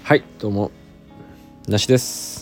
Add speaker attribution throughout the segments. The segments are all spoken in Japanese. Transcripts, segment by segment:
Speaker 1: はい、どうもなしです。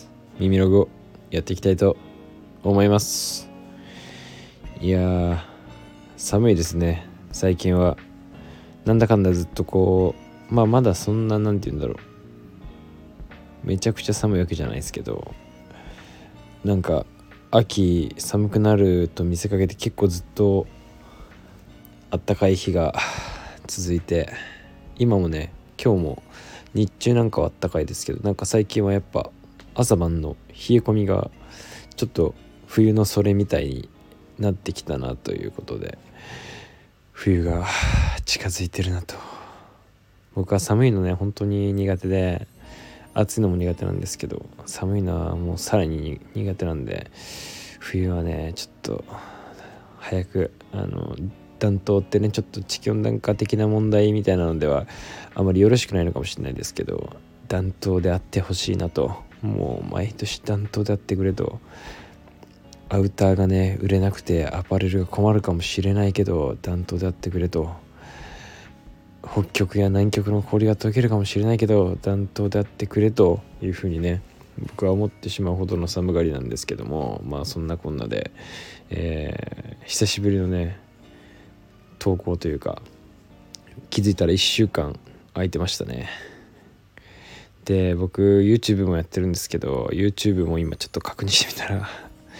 Speaker 1: 耳ログをやっていきたいと思います。いやー、寒いですね。最近はなんだかんだずっとまだそんな、なんて言うんだろう、めちゃくちゃ寒いわけじゃないですけど、なんか秋寒くなると見せかけて結構ずっとあったかい日が続いて、今もね、今日も日中なんかはあったかいですけど、なんか最近はやっぱ朝晩の冷え込みがちょっと冬のそれみたいになってきたなということで、冬が近づいてるなと。僕は寒いのね本当に苦手で、暑いのも苦手なんですけど、寒いのはもうさらに苦手なんで、冬はねちょっと早く暖冬ってね、ちょっと地球温暖化的な問題みたいなのではあまりよろしくないのかもしれないですけど、暖冬であってほしいなと。もう毎年暖冬であってくれと。アウターがね売れなくてアパレルが困るかもしれないけど、暖冬であってくれと。北極や南極の氷が溶けるかもしれないけど、暖冬であってくれというふうにね、僕は思ってしまうほどの寒がりなんですけども、まあそんなこんなで、久しぶりのね投稿というか、気づいたら1週間空いてましたね。で、僕 YouTube もやってるんですけど、 YouTube も今ちょっと確認してみたら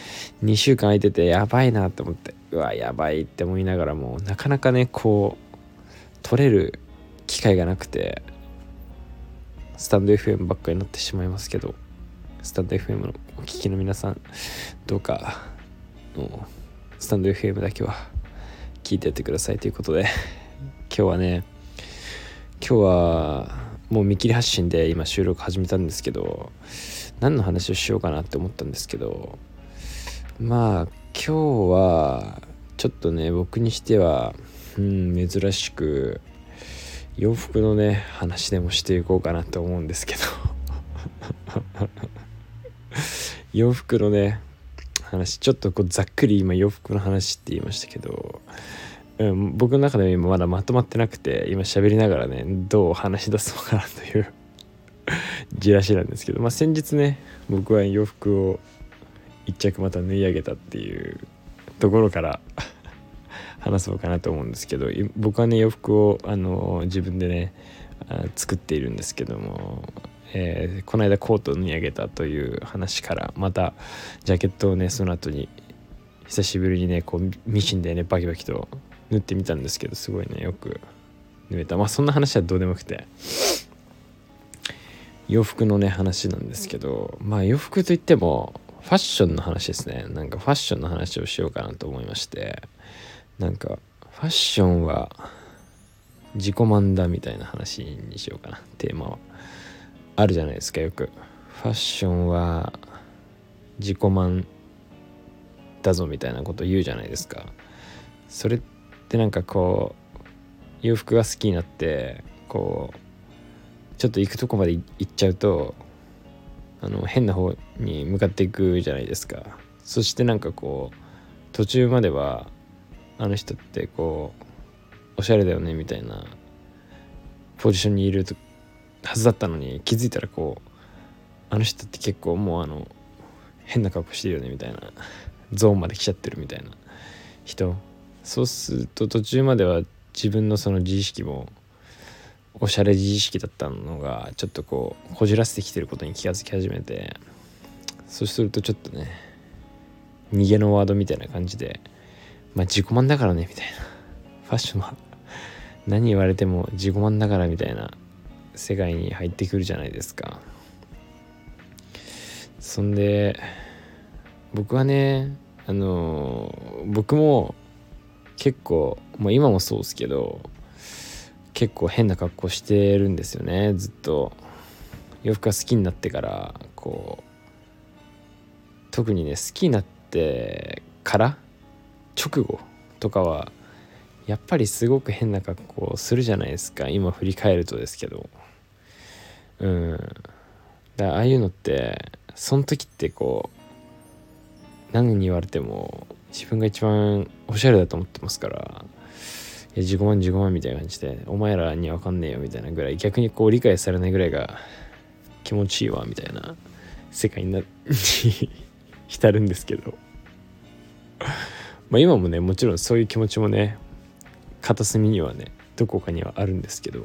Speaker 1: 2週間空いてて、やばいなと思って、うわやばいって思いながらも、なかなかね撮れる機会がなくて、スタンド FM ばっかりになってしまいますけど、スタンド FM のお聞きの皆さん、どうかスタンド FM だけは聞いてやってくださいということで、今日はもう見切り発信で今収録始めたんですけど、何の話をしようかなって思ったんですけど、まあ今日はちょっとね、僕にしては珍しく洋服のね話でもしていこうかなと思うんですけど洋服のね話、ちょっとざっくり今洋服の話って言いましたけど、僕の中では今まだまとまってなくて、今喋りながらねどう話し出そうかなというじらしなんですけど、先日ね、僕は洋服を一着また縫い上げたっていうところから話そうかなと思うんですけど、僕はね洋服を自分でね作っているんですけども、この間コートを縫い上げたという話から、またジャケットをねその後に久しぶりにねミシンでねバキバキと縫ってみたんですけど、すごいねよく縫えた。そんな話はどうでもよくて、洋服のね話なんですけど、洋服といってもファッションの話ですね。なんかファッションの話をしようかなと思いまして、なんかファッションは自己満だみたいな話にしようかな。テーマはあるじゃないですか。よくファッションは自己満だぞみたいなこと言うじゃないですか。それってなんか洋服が好きになってちょっと行くとこまで行っちゃうと変な方に向かっていくじゃないですか。そしてなんか途中まではあの人っておしゃれだよねみたいなポジションにいるはずだったのに、気づいたらあの人って結構もう変な格好してるよねみたいなゾーンまで来ちゃってるみたいな人。そうすると途中までは自分のその自意識もおしゃれ自意識だったのが、ちょっとこじらせてきてることに気がつき始めて、そうするとちょっとね逃げのワードみたいな感じで、自己満だからねみたいな、ファッションは何言われても自己満だからみたいな世界に入ってくるじゃないですか。そんで僕はね僕も結構、今もそうですけど、結構変な格好してるんですよね。ずっと洋服が好きになってから、特にね好きになってから直後とかはやっぱりすごく変な格好をするじゃないですか。今振り返るとですけど、だからああいうのってその時って何に言われても自分が一番おしゃれだと思ってますから、自己満みたいな感じで、お前らには分かんねえよみたいなぐらい、逆に理解されないぐらいが気持ちいいわみたいな世界に浸るんですけど、今もねもちろんそういう気持ちもね片隅にはねどこかにはあるんですけど、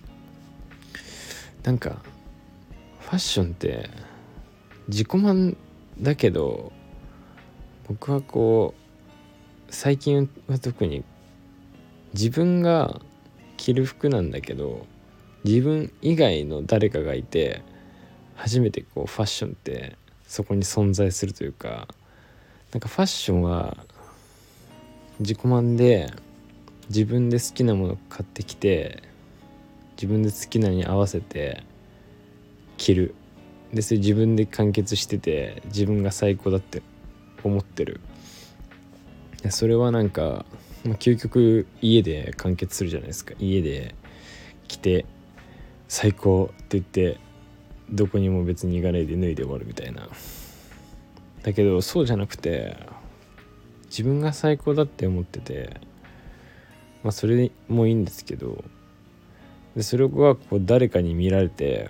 Speaker 1: なんかファッションって自己満だけど、僕はこう最近は特に自分が着る服なんだけど、自分以外の誰かがいて初めてこうファッションってそこに存在するというか、なんかファッションは自己満で自分で好きなものを買ってきて自分で好きなのに合わせて着る。でそれ自分で完結してて自分が最高だって思ってる。それはなんか、究極家で完結するじゃないですか。家で着て最高って言ってどこにも別に行かないで脱いで終わるみたいな。だけどそうじゃなくて自分が最高だって思ってて、それもいいんですけど、でそれはこう誰かに見られて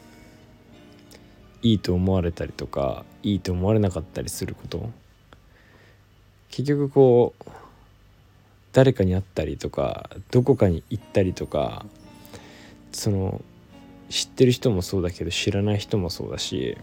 Speaker 1: いいと思われたりとかいいと思われなかったりすること、結局こう誰かに会ったりとかどこかに行ったりとか、その知ってる人もそうだけど知らない人もそうだし、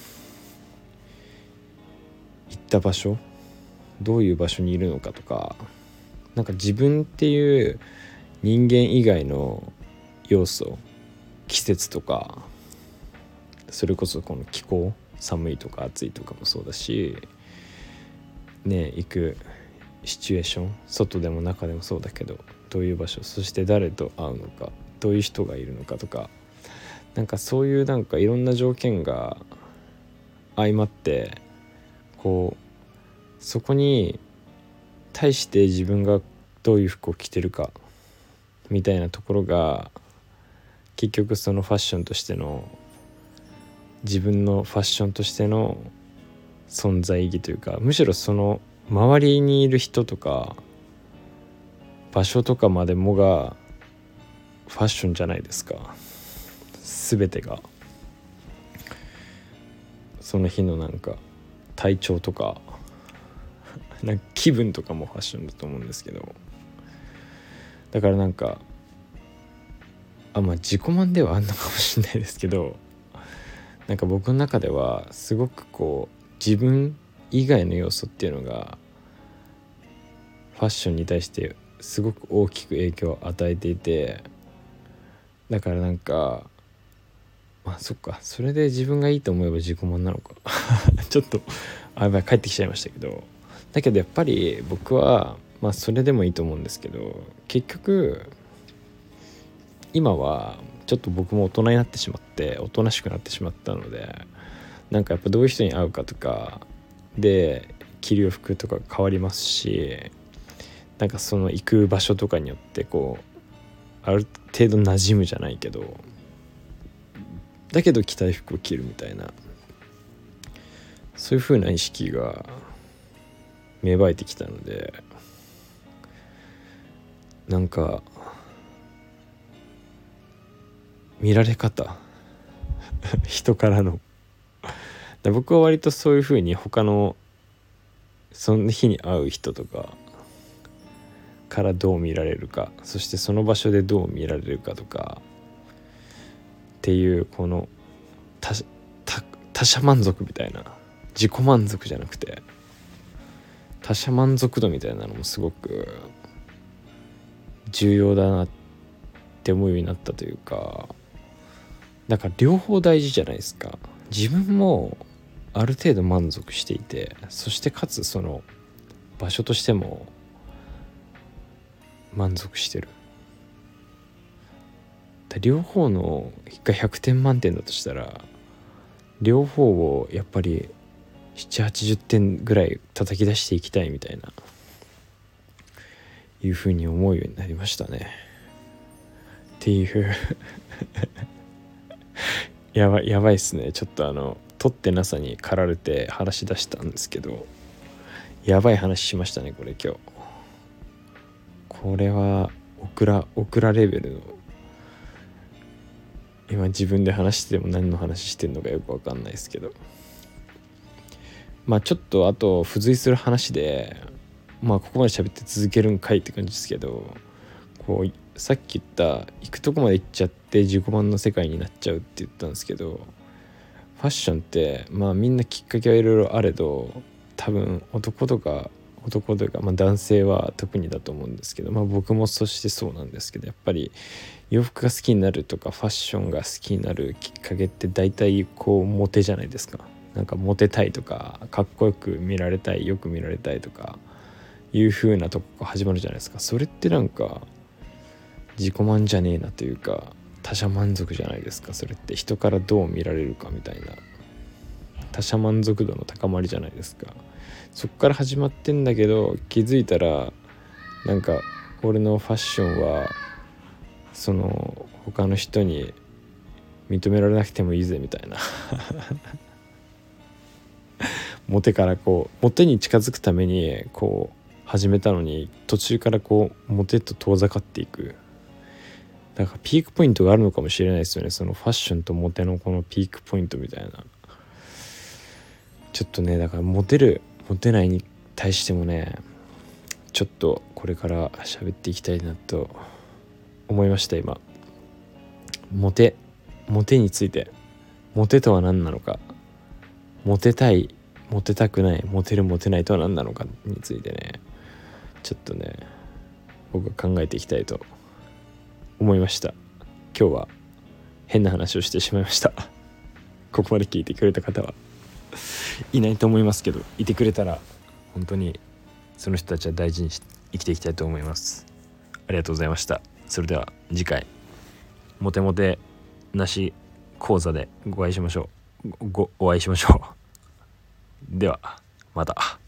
Speaker 1: 行った場所どういう場所にいるのかとか、なんか自分っていう人間以外の要素、季節とか、それこそこの気候、寒いとか暑いとかもそうだしね、行くシチュエーション、外でも中でもそうだけどどういう場所、そして誰と会うのか、どういう人がいるのかとか、なんかそういうなんかいろんな条件が相まってこうそこに対して自分がどういう服を着てるかみたいなところが結局そのファッションとしての自分のファッションとしての存在意義というか、むしろその周りにいる人とか場所とかまでもがファッションじゃないですか。全てがその日のなんか体調とかなんか気分とかもファッションだと思うんですけど、だからなんか自己満ではあんのかもしれないですけど、なんか僕の中ではすごくこう自分以外の要素っていうのがファッションに対してすごく大きく影響を与えていて、だからなんかそっか、それで自分がいいと思えば自己満なのかちょっとやばい帰ってきちゃいましたけど、だけどやっぱり僕はそれでもいいと思うんですけど、結局今はちょっと僕も大人になってしまっておとなしくなってしまったので、なんかやっぱどういう人に会うかとかで着る洋服とか変わりますし、なんかその行く場所とかによってこうある程度馴染むじゃないけど、だけど着たい服を着るみたいな、そういう風な意識が芽生えてきたので、なんか見られ方人からの僕は割とそういう風に他のその日に会う人とかからどう見られるか、そしてその場所でどう見られるかとかっていうこの他者満足みたいな、自己満足じゃなくて他者満足度みたいなのもすごく重要だなって思うようになったというか、だから両方大事じゃないですか。自分もある程度満足していて、そしてかつその場所としても満足してる。両方のが100点満点だとしたら両方をやっぱり7、80点ぐらい叩き出していきたいみたいないうふうに思うようになりましたねっていうやばいっすね。ちょっと取ってなさに駆られて話し出したんですけど、やばい話しましたねこれ今日。これはオクラレベルの今自分で話してても何の話してんのかよく分かんないですけど、ちょっとあと付随する話でここまで喋って続けるんかいって感じですけど、こうさっき言った行くとこまで行っちゃって自己満の世界になっちゃうって言ったんですけど、ファッションってみんなきっかけはいろいろあれど、多分男というか、男性は特にだと思うんですけど、僕もそしてそうなんですけど、やっぱり洋服が好きになるとかファッションが好きになるきっかけって大体こうモテじゃないですか。なんかモテたいとか、かっこよく見られたい、よく見られたいとかいう風なとこ始まるじゃないですか。それってなんか自己満じゃねえなというか、他者満足じゃないですか。それって人からどう見られるかみたいな他者満足度の高まりじゃないですか。そっから始まってんだけど、気づいたらなんか俺のファッションはその他の人に認められなくてもいいぜみたいなモテからモテに近づくために始めたのに、途中からモテと遠ざかっていく。だからピークポイントがあるのかもしれないですよね。そのファッションとモテのこのピークポイントみたいな。ちょっとね、だからモテるモテないに対してもね、ちょっとこれから喋っていきたいなと思いました。今モテについて、モテとは何なのか、モテたいモテたくない、モテるモテないとは何なのかについてね、ちょっとね僕は考えていきたいと思いました。今日は変な話をしてしまいました。ここまで聞いてくれた方はいないと思いますけど、いてくれたら本当にその人たちは大事に生きていきたいと思います。ありがとうございました。それでは次回モテモテなし講座でお会いしましょう。ではまた。